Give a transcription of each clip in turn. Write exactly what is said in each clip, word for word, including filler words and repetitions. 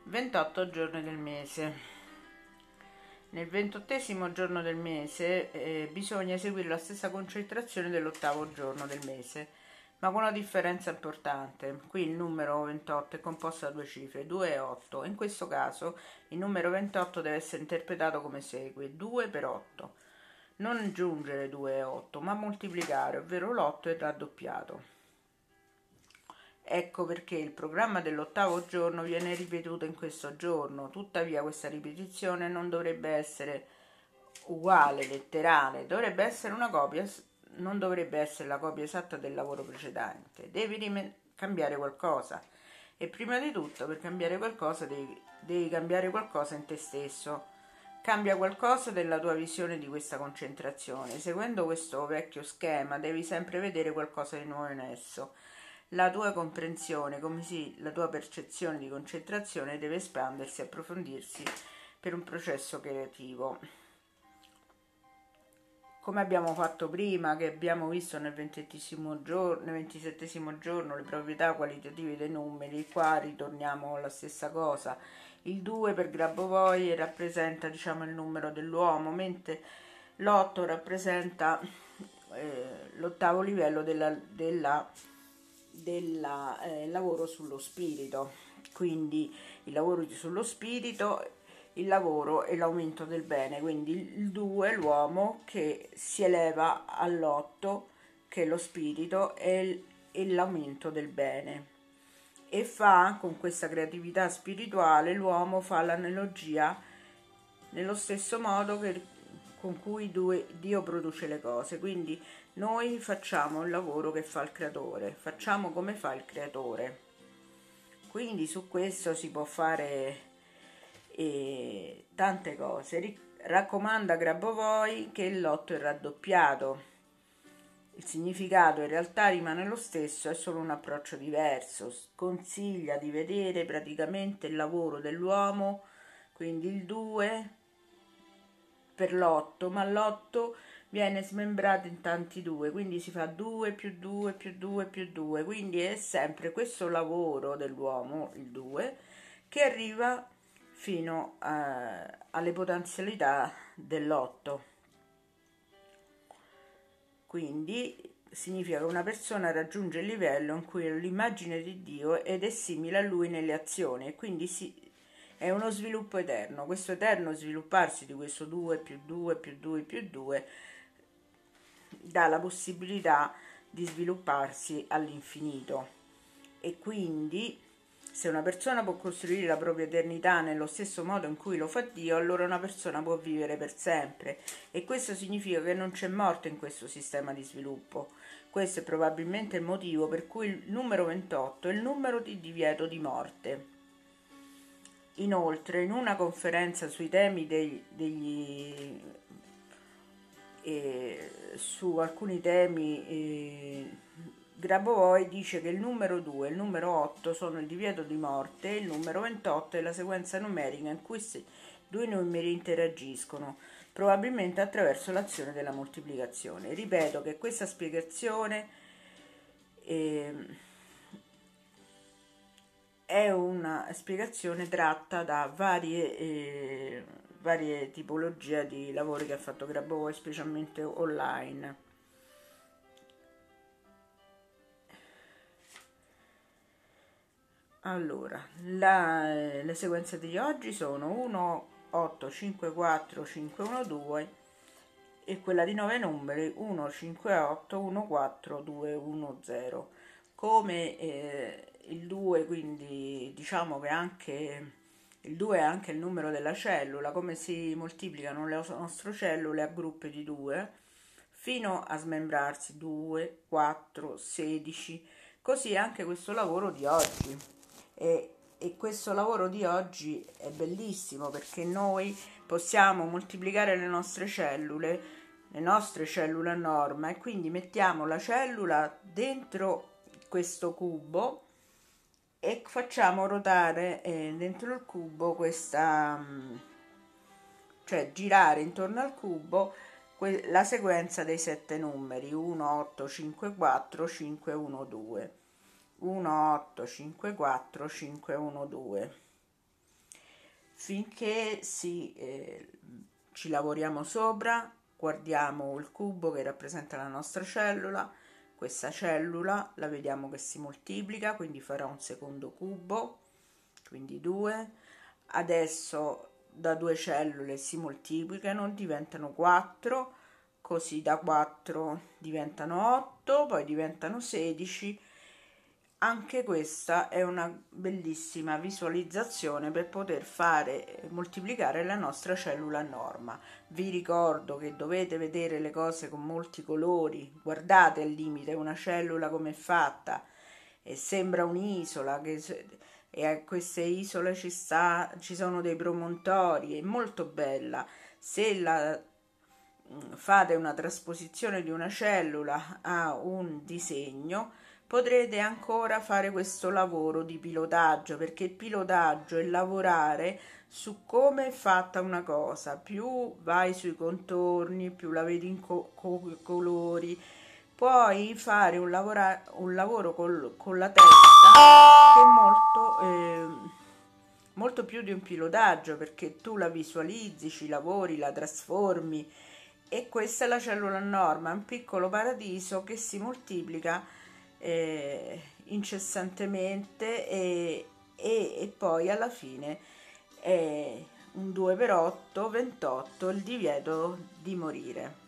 ventotto giorni del mese. Nel ventottesimo giorno del mese eh, bisogna eseguire la stessa concentrazione dell'ottavo giorno del mese, ma con una differenza importante. Qui il numero ventotto è composto da due cifre, due e otto. In questo caso il numero ventotto deve essere interpretato come segue: due per otto. Non aggiungere due e otto, ma moltiplicare, ovvero l'otto è raddoppiato. Ecco perché il programma dell'ottavo giorno viene ripetuto in questo giorno. Tuttavia questa ripetizione non dovrebbe essere uguale, letterale, dovrebbe essere una copia, non dovrebbe essere la copia esatta del lavoro precedente. Devi rime- cambiare qualcosa. E prima di tutto, per cambiare qualcosa, devi, devi cambiare qualcosa in te stesso. Cambia qualcosa della tua visione di questa concentrazione. Seguendo questo vecchio schema, devi sempre vedere qualcosa di nuovo in esso. La tua comprensione, come sì, la tua percezione di concentrazione deve espandersi e approfondirsi per un processo creativo. Come abbiamo fatto prima, che abbiamo visto nel ventisettesimo giorno, nel ventisettesimo giorno le proprietà qualitative dei numeri, qua ritorniamo alla stessa cosa. Il due per Grabovoi rappresenta, diciamo, il numero dell'uomo, mentre l'otto rappresenta eh, l'ottavo livello della, della del eh, lavoro sullo spirito. Quindi il lavoro sullo spirito, il lavoro e l'aumento del bene, quindi il due, l'uomo che si eleva all'otto, che è lo spirito, e, e l'aumento del bene, e fa, con questa creatività spirituale, l'uomo fa l'analogia nello stesso modo che, con cui due, Dio produce le cose. Quindi noi facciamo il lavoro che fa il creatore, facciamo come fa il creatore. Quindi su questo si può fare eh, tante cose. Ric- raccomanda Grabovoi che l'otto è raddoppiato. Il significato in realtà rimane lo stesso, è solo un approccio diverso. Consiglia di vedere praticamente il lavoro dell'uomo, quindi il due per l'otto, ma l'otto viene smembrato in tanti due, quindi si fa due più due più due più due, quindi è sempre questo lavoro dell'uomo, il due, che arriva fino a, alle potenzialità dell'otto. Quindi significa che una persona raggiunge il livello in cui è l'immagine di Dio ed è simile a Lui nelle azioni, e quindi si, è uno sviluppo eterno. Questo eterno svilupparsi di questo due più due più due più due dà la possibilità di svilupparsi all'infinito. E quindi, se una persona può costruire la propria eternità nello stesso modo in cui lo fa Dio, allora una persona può vivere per sempre. E questo significa che non c'è morte in questo sistema di sviluppo. Questo è probabilmente il motivo per cui il numero ventotto è il numero di divieto di morte. Inoltre, in una conferenza sui temi dei, degli eh, su alcuni temi, eh, Grabovoi dice che il numero due e il numero otto sono il divieto di morte, e il numero ventotto è la sequenza numerica in cui si, due numeri interagiscono, probabilmente attraverso l'azione della moltiplicazione. Ripeto che questa spiegazione eh, è una spiegazione tratta da varie, eh, varie tipologie di lavori che ha fatto Grabovoi, specialmente online. Allora, la, le sequenze di oggi sono uno, otto, cinque, quattro, cinque, uno, due, e quella di nove numeri uno, cinque, otto, uno, quattro, due, uno, zero. Come eh, il due, quindi diciamo che anche il due è anche il numero della cellula, come si moltiplicano le nostre cellule a gruppi di due fino a smembrarsi due, quattro, sedici. Così anche questo lavoro di oggi. E, e questo lavoro di oggi è bellissimo perché noi possiamo moltiplicare le nostre cellule, le nostre cellule a norma, e quindi mettiamo la cellula dentro questo cubo e facciamo ruotare eh, dentro il cubo questa, cioè girare intorno al cubo que- la sequenza dei sette numeri uno, otto, cinque, quattro, cinque, uno, due, uno, otto, cinque, quattro, cinque, uno, due. finché si, eh, ci lavoriamo sopra, guardiamo il cubo che rappresenta la nostra cellula, questa cellula la vediamo che si moltiplica, quindi farà un secondo cubo, quindi due. Adesso da due cellule si moltiplicano, diventano quattro, così da quattro diventano otto, poi diventano sedici. Anche questa è una bellissima visualizzazione per poter fare moltiplicare la nostra cellula a norma. Vi ricordo che dovete vedere le cose con molti colori, guardate al limite una cellula come è fatta e sembra un'isola, che e a queste isole ci sta, ci sono dei promontori, è molto bella. Se la fate una trasposizione di una cellula a un disegno, potrete ancora fare questo lavoro di pilotaggio, perché il pilotaggio è lavorare su come è fatta una cosa. Più vai sui contorni, più la vedi in co- co- colori, puoi fare un, lavora- un lavoro col- con la testa che è molto, eh, molto più di un pilotaggio, perché tu la visualizzi, ci lavori, la trasformi. E questa è la cellula a norma, un piccolo paradiso che si moltiplica eh, incessantemente e, e, e poi alla fine è un due per otto, ventotto, il divieto di morire.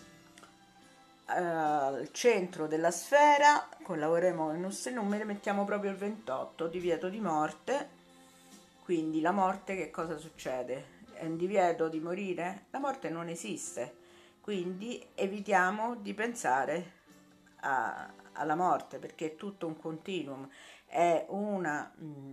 Al centro della sfera, collaboriamo i nostri numeri, mettiamo proprio il ventotto, divieto di morte. Quindi la morte, che cosa succede? È un divieto di morire? La morte non esiste, quindi evitiamo di pensare a, alla morte, perché è tutto un continuum, è una,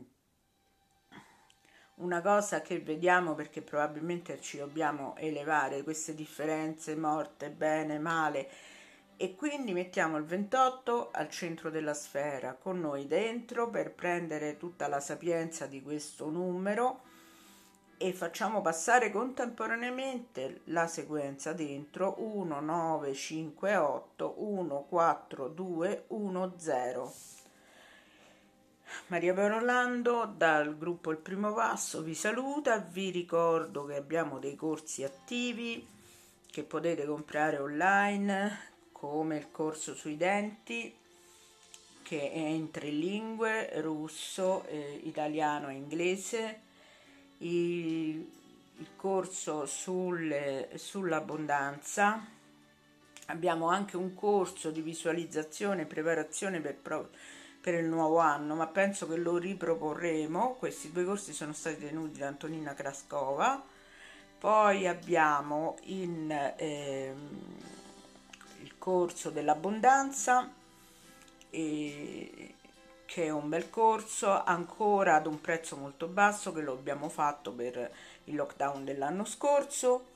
una cosa che vediamo perché probabilmente ci dobbiamo elevare queste differenze, morte, bene, male, e quindi mettiamo il ventotto al centro della sfera con noi dentro per prendere tutta la sapienza di questo numero e facciamo passare contemporaneamente la sequenza dentro uno, nove, cinque, otto, uno, quattro, due, uno, zero. Maria Orlando dal gruppo Il Primo Passo vi saluta, vi ricordo che abbiamo dei corsi attivi che potete comprare online, come il corso sui denti, che è in tre lingue, russo, eh, italiano e inglese, il, il corso sul, sull'abbondanza. Abbiamo anche un corso di visualizzazione e preparazione per, per il nuovo anno, ma penso che lo riproporremo. Questi due corsi sono stati tenuti da Antonina Kraskova. Poi abbiamo in... Ehm, il corso dell'abbondanza, eh, che è un bel corso, ancora ad un prezzo molto basso, che lo abbiamo fatto per il lockdown dell'anno scorso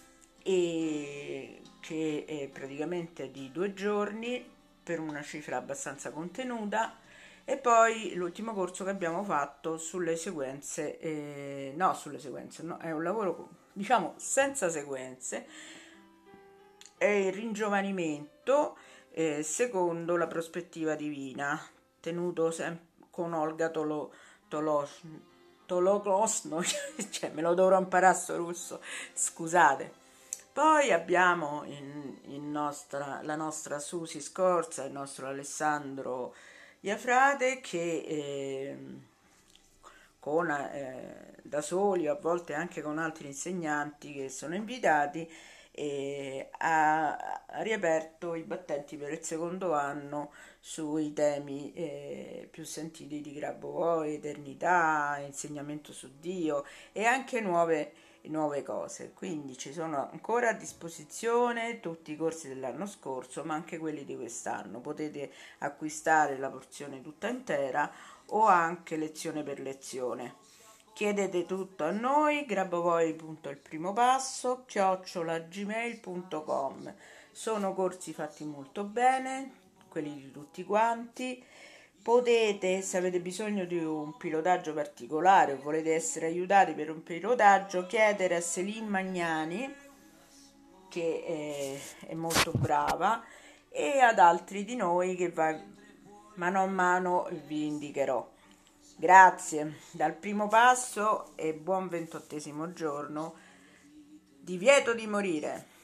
e che è praticamente di due giorni per una cifra abbastanza contenuta. E poi l'ultimo corso che abbiamo fatto sulle sequenze, eh, no sulle sequenze, no, è un lavoro diciamo senza sequenze, è il ringiovanimento eh, secondo la prospettiva divina, tenuto sem- con Olga Tolo, Tolos, Tolokosno, cioè me lo dovrò imparare sto russo, scusate. Poi abbiamo in, in nostra, la nostra Susi Scorza, il nostro Alessandro Iafrate, che eh, con, eh, da soli, a volte anche con altri insegnanti che sono invitati, e ha, ha riaperto i battenti per il secondo anno sui temi eh, più sentiti di Grabovoi, eternità, insegnamento su Dio e anche nuove, nuove cose. Quindi ci sono ancora a disposizione tutti i corsi dell'anno scorso, ma anche quelli di quest'anno. Potete acquistare la porzione tutta intera o anche lezione per lezione. Chiedete tutto a noi, grabovoi.ilprimopasso chiocciola gmail punto com. Sono corsi fatti molto bene, quelli di tutti quanti. Potete, se avete bisogno di un pilotaggio particolare o volete essere aiutati per un pilotaggio, chiedere a Selin Magnani, che è, è molto brava, e ad altri di noi che va, mano a mano vi indicherò. Grazie, dal primo passo e buon ventottesimo giorno. Divieto di morire.